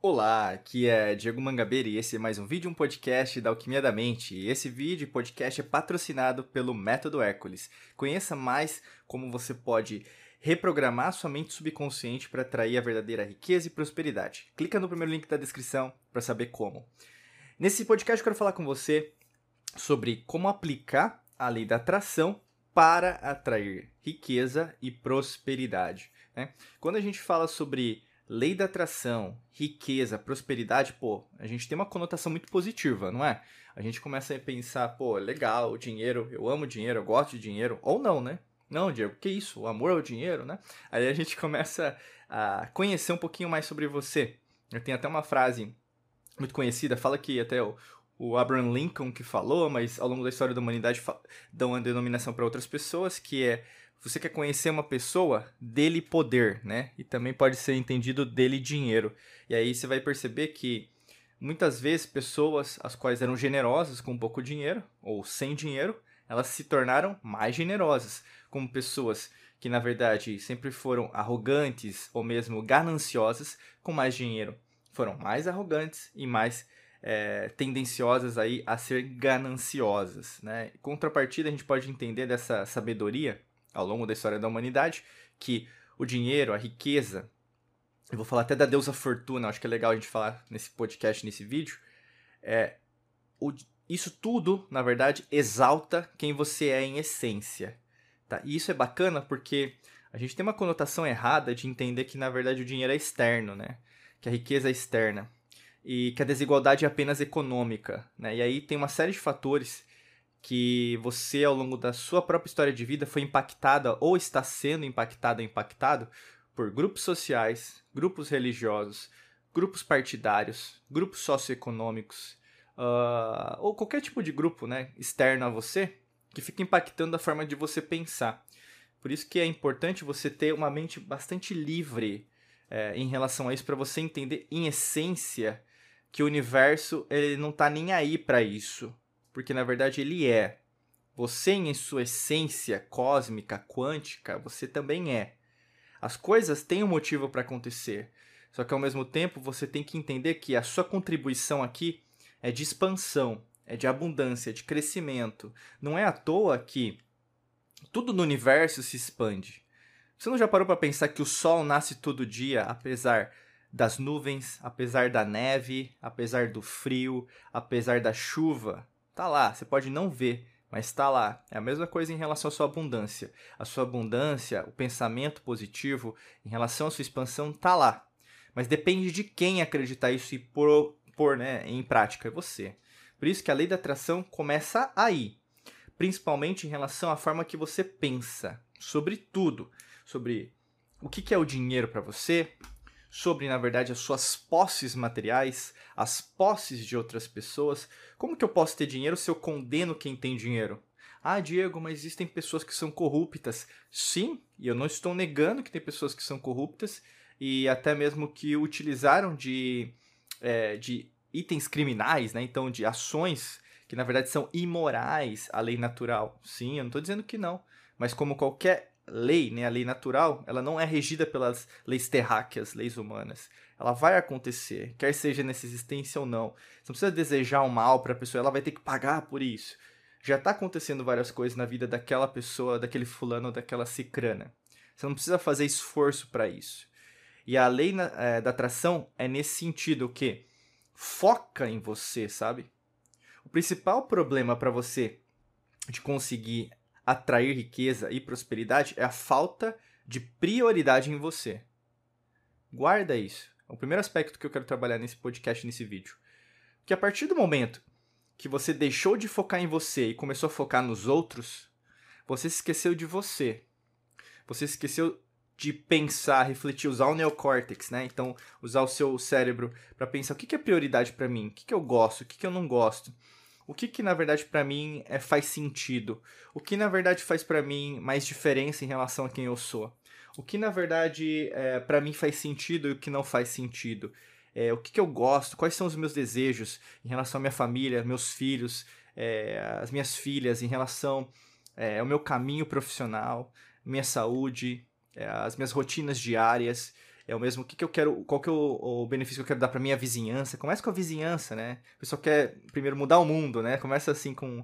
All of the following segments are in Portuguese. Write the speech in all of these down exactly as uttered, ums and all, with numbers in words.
Olá, aqui é Diego Mangabeira e esse é mais um vídeo, um podcast da Alquimia da Mente. E esse vídeo e podcast é patrocinado pelo Método Hércules. Conheça mais como você pode reprogramar sua mente subconsciente para atrair a verdadeira riqueza e prosperidade. Clica no primeiro link da descrição para saber como. Nesse podcast eu quero falar com você sobre como aplicar a lei da atração para atrair riqueza e prosperidade, né? Quando a gente fala sobre lei da atração, riqueza, prosperidade, pô, a gente tem uma conotação muito positiva, não é? A gente começa a pensar, pô, legal, dinheiro, eu amo dinheiro, eu gosto de dinheiro, ou não, né? Não, Diego, que isso? O amor é o dinheiro, né? Aí a gente começa a conhecer um pouquinho mais sobre você. Eu tenho até uma frase muito conhecida, fala que até o, o Abraham Lincoln que falou, mas ao longo da história da humanidade dão uma denominação para outras pessoas, que é: você quer conhecer uma pessoa? Dê-lhe poder, né? E também pode ser entendido dê-lhe dinheiro. E aí você vai perceber que muitas vezes pessoas as quais eram generosas com pouco dinheiro ou sem dinheiro, elas se tornaram mais generosas, como pessoas que na verdade sempre foram arrogantes ou mesmo gananciosas com mais dinheiro, foram mais arrogantes e mais é, tendenciosas aí a ser gananciosas, né? Em contrapartida, a gente pode entender dessa sabedoria ao longo da história da humanidade, que o dinheiro, a riqueza, eu vou falar até da deusa Fortuna, acho que é legal a gente falar nesse podcast, nesse vídeo, é, o, isso tudo, na verdade, exalta quem você é em essência. Tá? E isso é bacana porque a gente tem uma conotação errada de entender que, na verdade, o dinheiro é externo, né? Que a riqueza é externa, e que a desigualdade é apenas econômica, né? E aí tem uma série de fatores que você, ao longo da sua própria história de vida, foi impactada ou está sendo impactada ou impactado por grupos sociais, grupos religiosos, grupos partidários, grupos socioeconômicos, uh, ou qualquer tipo de grupo, né, externo a você, que fica impactando a forma de você pensar. Por isso que é importante você ter uma mente bastante livre é, em relação a isso, para você entender, em essência, que o universo ele não está nem aí para isso. Porque, na verdade, ele é. Você, em sua essência cósmica, quântica, você também é. As coisas têm um motivo para acontecer. Só que, ao mesmo tempo, você tem que entender que a sua contribuição aqui é de expansão, é de abundância, de crescimento. Não é à toa que tudo no universo se expande. Você não já parou para pensar que o sol nasce todo dia, apesar das nuvens, apesar da neve, apesar do frio, apesar da chuva? Tá lá, você pode não ver, mas tá lá. É a mesma coisa em relação à sua abundância. A sua abundância, o pensamento positivo em relação à sua expansão tá lá. Mas depende de quem acreditar isso e pôr, pôr né, em prática, é você. Por isso que a lei da atração começa aí. Principalmente em relação à forma que você pensa. Sobre tudo. Sobre o que é o dinheiro para você, sobre, na verdade, as suas posses materiais, as posses de outras pessoas. Como que eu posso ter dinheiro se eu condeno quem tem dinheiro? Ah, Diego, mas existem pessoas que são corruptas. Sim, e eu não estou negando que tem pessoas que são corruptas e até mesmo que utilizaram de, é, de itens criminais, né? Então de ações que na verdade são imorais à lei natural. Sim, eu não estou dizendo que não, mas como qualquer lei, né, a lei natural, ela não é regida pelas leis terráqueas, leis humanas. Ela vai acontecer, quer seja nessa existência ou não. Você não precisa desejar um mal para a pessoa, ela vai ter que pagar por isso. Já está acontecendo várias coisas na vida daquela pessoa, daquele fulano, daquela cicrana. Você não precisa fazer esforço para isso. E a lei é, da atração é nesse sentido, o quê? Foca em você, sabe? O principal problema para você de conseguir atrair riqueza e prosperidade é a falta de prioridade em você. Guarda isso. É o primeiro aspecto que eu quero trabalhar nesse podcast, nesse vídeo. Que a partir do momento que você deixou de focar em você e começou a focar nos outros, você se esqueceu de você. Você se esqueceu de pensar, refletir, usar o neocórtex, né? Então, usar o seu cérebro para pensar o que é prioridade para mim, o que eu gosto, o que eu não gosto. O que, que na verdade, para mim é, faz sentido? O que, na verdade, faz para mim mais diferença em relação a quem eu sou? O que, na verdade, é, para mim faz sentido e o que não faz sentido? É, o que, que eu gosto? Quais são os meus desejos em relação à minha família, meus filhos, é, as minhas filhas, em relação é, ao meu caminho profissional, minha saúde, é, as minhas rotinas diárias. É o mesmo, o que, que eu quero, qual que é o, o benefício que eu quero dar pra minha vizinhança. Começa com a vizinhança, né? O pessoal quer primeiro mudar o mundo, né? Começa assim com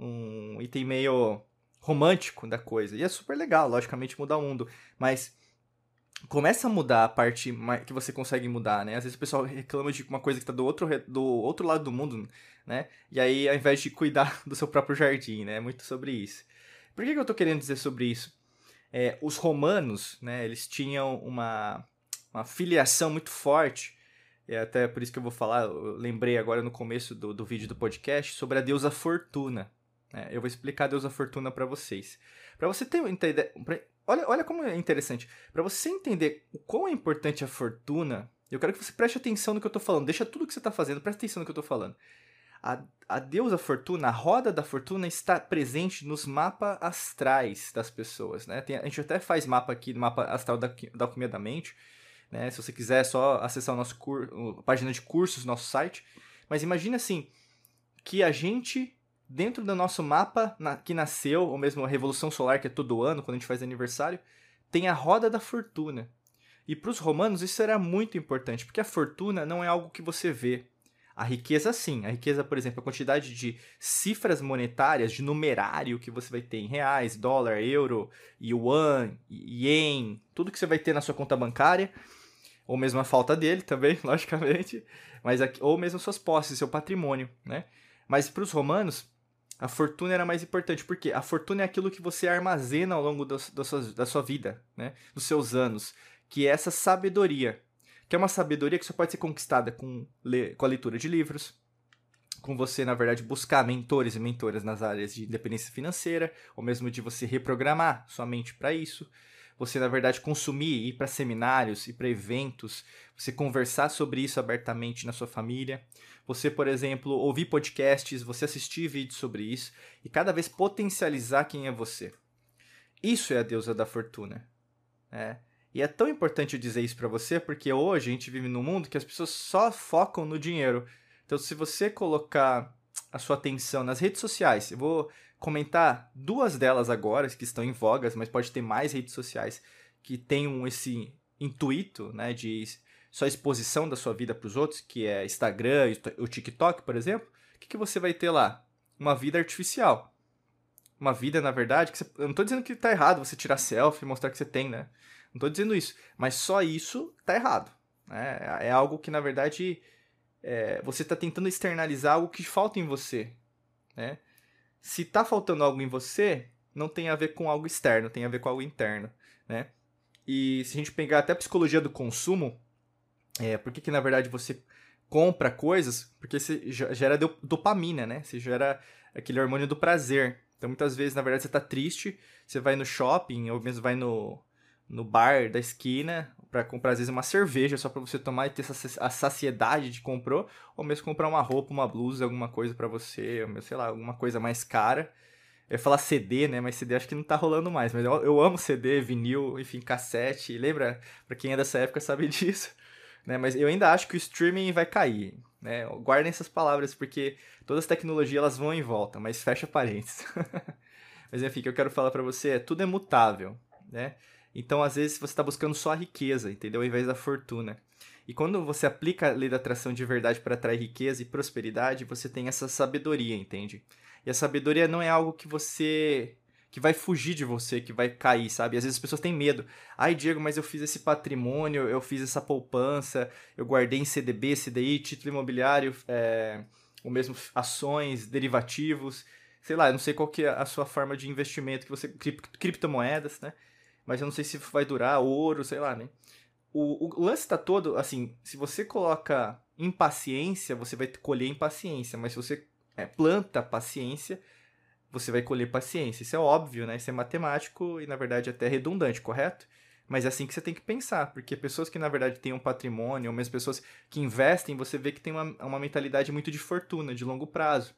um item meio romântico da coisa. E é super legal, logicamente, mudar o mundo. Mas começa a mudar a parte que você consegue mudar, né? Às vezes o pessoal reclama de uma coisa que tá do outro, do outro lado do mundo, né? E aí, ao invés de cuidar do seu próprio jardim, né? É muito sobre isso. Por que, que eu tô querendo dizer sobre isso? É, os romanos, né? Eles tinham uma, uma filiação muito forte. É até por isso que eu vou falar, eu lembrei agora no começo do, do vídeo do podcast, sobre a deusa Fortuna. Né? Eu vou explicar a deusa Fortuna para vocês. Para você ter uma ideia... Olha, olha como é interessante. Para você entender o quão é importante a fortuna, eu quero que você preste atenção no que eu tô falando. Deixa tudo que você tá fazendo, presta atenção no que eu tô falando. A, a deusa fortuna, a roda da fortuna está presente nos mapas astrais das pessoas, né? Tem, a gente até faz mapa aqui, mapa astral da, da Alquimia da Mente, né? Se você quiser, é só acessar o nosso cur, a página de cursos, nosso site. Mas imagina assim, que a gente... Dentro do nosso mapa na, que nasceu, ou mesmo a Revolução Solar, que é todo ano, quando a gente faz aniversário, tem a Roda da Fortuna. E para os romanos isso era muito importante, porque a fortuna não é algo que você vê. A riqueza sim. A riqueza, por exemplo, a quantidade de cifras monetárias, de numerário que você vai ter em reais, dólar, euro, yuan, ien, tudo que você vai ter na sua conta bancária, ou mesmo a falta dele também, logicamente, mas aqui, ou mesmo suas posses, seu patrimônio, né? Mas para os romanos, a fortuna era mais importante, porque a fortuna é aquilo que você armazena ao longo do, do sua, da sua vida, né? Dos seus anos, que é essa sabedoria, que é uma sabedoria que só pode ser conquistada com, com a leitura de livros, com você, na verdade, buscar mentores e mentoras nas áreas de independência financeira, ou mesmo de você reprogramar sua mente para isso, você, na verdade, consumir, ir para seminários, ir para eventos, você conversar sobre isso abertamente na sua família, você, por exemplo, ouvir podcasts, você assistir vídeos sobre isso e cada vez potencializar quem é você. Isso é a deusa da fortuna. Né? E é tão importante eu dizer isso para você porque hoje a gente vive num mundo que as pessoas só focam no dinheiro. Então, se você colocar a sua atenção nas redes sociais, eu vou comentar duas delas agora, que estão em vogas, mas pode ter mais redes sociais que tenham esse intuito, né, de só exposição da sua vida para os outros, que é Instagram, o TikTok, por exemplo. O que, que você vai ter lá? Uma vida artificial. Uma vida, na verdade, que você... eu não estou dizendo que está errado você tirar selfie e mostrar que você tem, né? Não estou dizendo isso. Mas só isso está errado. Né? É algo que, na verdade, é... você está tentando externalizar algo que falta em você, né? Se tá faltando algo em você, não tem a ver com algo externo, tem a ver com algo interno, né? E se a gente pegar até a psicologia do consumo, é, por que que na verdade você compra coisas? Porque você gera dopamina, né? Você gera aquele hormônio do prazer. Então muitas vezes, na verdade, você tá triste, você vai no shopping, ou mesmo vai no, no bar da esquina para comprar às vezes uma cerveja só para você tomar e ter essa, a saciedade de comprou, ou mesmo comprar uma roupa, uma blusa, alguma coisa para você, ou mesmo, sei lá, alguma coisa mais cara. Eu ia falar C D, né? Mas C D acho que não tá rolando mais. Mas eu, eu amo C D, vinil, enfim, cassete. Lembra? Pra quem é dessa época sabe disso. Né? Mas eu ainda acho que o streaming vai cair. Né? Guardem essas palavras, porque todas as tecnologias elas vão em volta, mas fecha parênteses. Mas enfim, o que eu quero falar pra você é tudo é mutável, né? Então, às vezes, você está buscando só a riqueza, entendeu? Ao invés da fortuna. E quando você aplica a lei da atração de verdade para atrair riqueza e prosperidade, você tem essa sabedoria, entende? E a sabedoria não é algo que você... que vai fugir de você, que vai cair, sabe? Às vezes as pessoas têm medo. Ai, Diego, mas eu fiz esse patrimônio, eu fiz essa poupança, eu guardei em C D B, C D I, título imobiliário, é... ou mesmo ações, derivativos... Sei lá, eu não sei qual que é a sua forma de investimento, que você criptomoedas, né? Mas eu não sei se vai durar, ouro, sei lá, né? O, o lance tá todo, assim, se você coloca impaciência, você vai colher impaciência. Mas se você é, planta paciência, você vai colher paciência. Isso é óbvio, né? Isso é matemático e, na verdade, até redundante, correto? Mas é assim que você tem que pensar, porque pessoas que, na verdade, têm um patrimônio, ou mesmo pessoas que investem, você vê que tem uma, uma mentalidade muito de fortuna, de longo prazo.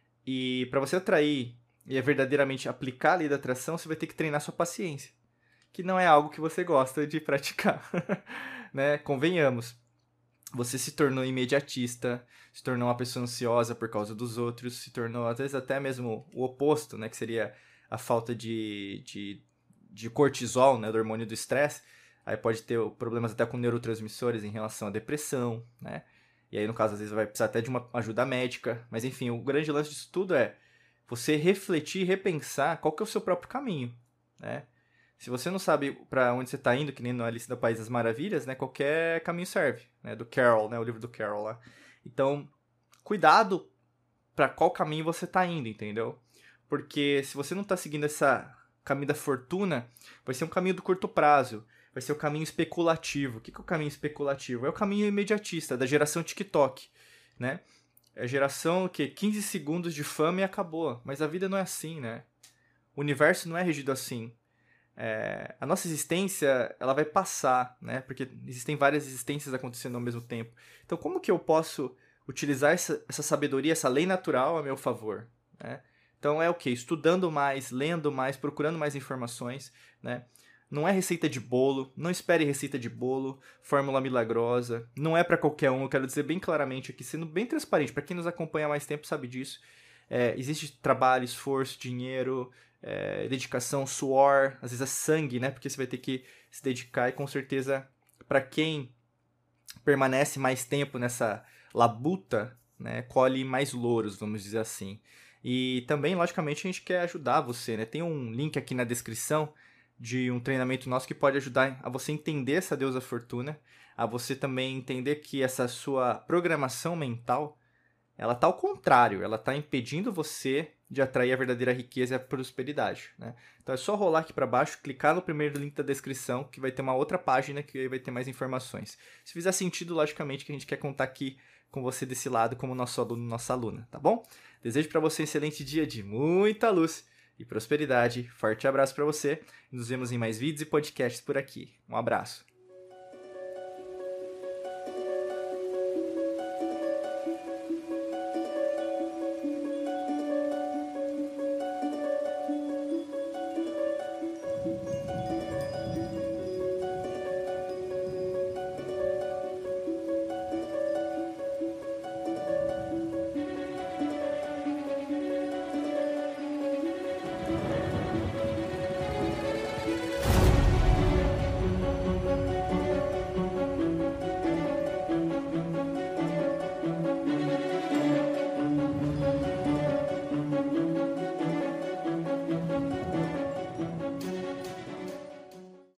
E para você atrair e verdadeiramente aplicar a lei da atração, você vai ter que treinar sua paciência, que não é algo que você gosta de praticar, né? Convenhamos. Você se tornou imediatista, se tornou uma pessoa ansiosa por causa dos outros, se tornou, às vezes, até mesmo o oposto, né? Que seria a falta de, de, de cortisol, né? Do hormônio do estresse. Aí pode ter problemas até com neurotransmissores em relação à depressão, né? E aí, no caso, às vezes vai precisar até de uma ajuda médica. Mas, enfim, o grande lance disso tudo é você refletir e repensar qual que é o seu próprio caminho, né? Se você não sabe para onde você está indo, que nem na Alice do País das Maravilhas, né? Qualquer caminho serve, né? Do Carol, né? O livro do Carol lá. Então, cuidado para qual caminho você está indo, entendeu? Porque se você não está seguindo essa caminho da fortuna, vai ser um caminho do curto prazo. Vai ser o caminho especulativo. O que é o caminho especulativo? É o caminho imediatista, da geração TikTok, né? É a geração que quinze segundos de fama e acabou. Mas a vida não é assim, né? O universo não é regido assim. É... A nossa existência, ela vai passar, né? Porque existem várias existências acontecendo ao mesmo tempo. Então, como que eu posso utilizar essa, essa sabedoria, essa lei natural a meu favor, né? Então, é o quê? Estudando mais, lendo mais, procurando mais informações, né? Não é receita de bolo, não espere receita de bolo, fórmula milagrosa, não é para qualquer um, eu quero dizer bem claramente aqui, sendo bem transparente, para quem nos acompanha há mais tempo sabe disso, é, existe trabalho, esforço, dinheiro, é, dedicação, suor, às vezes é sangue, né, porque você vai ter que se dedicar e com certeza para quem permanece mais tempo nessa labuta, né, colhe mais louros, vamos dizer assim. E também, logicamente, a gente quer ajudar você, né, tem um link aqui na descrição de um treinamento nosso que pode ajudar a você entender essa deusa fortuna, a você também entender que essa sua programação mental, ela tá ao contrário, ela tá impedindo você de atrair a verdadeira riqueza e a prosperidade, né? Então é só rolar aqui para baixo, clicar no primeiro link da descrição, que vai ter uma outra página que aí vai ter mais informações. Se fizer sentido, logicamente, que a gente quer contar aqui com você desse lado como nosso aluno, nossa aluna, tá bom? Desejo para você um excelente dia de muita luz e prosperidade. Forte abraço para você. Nos vemos em mais vídeos e podcasts por aqui. Um abraço.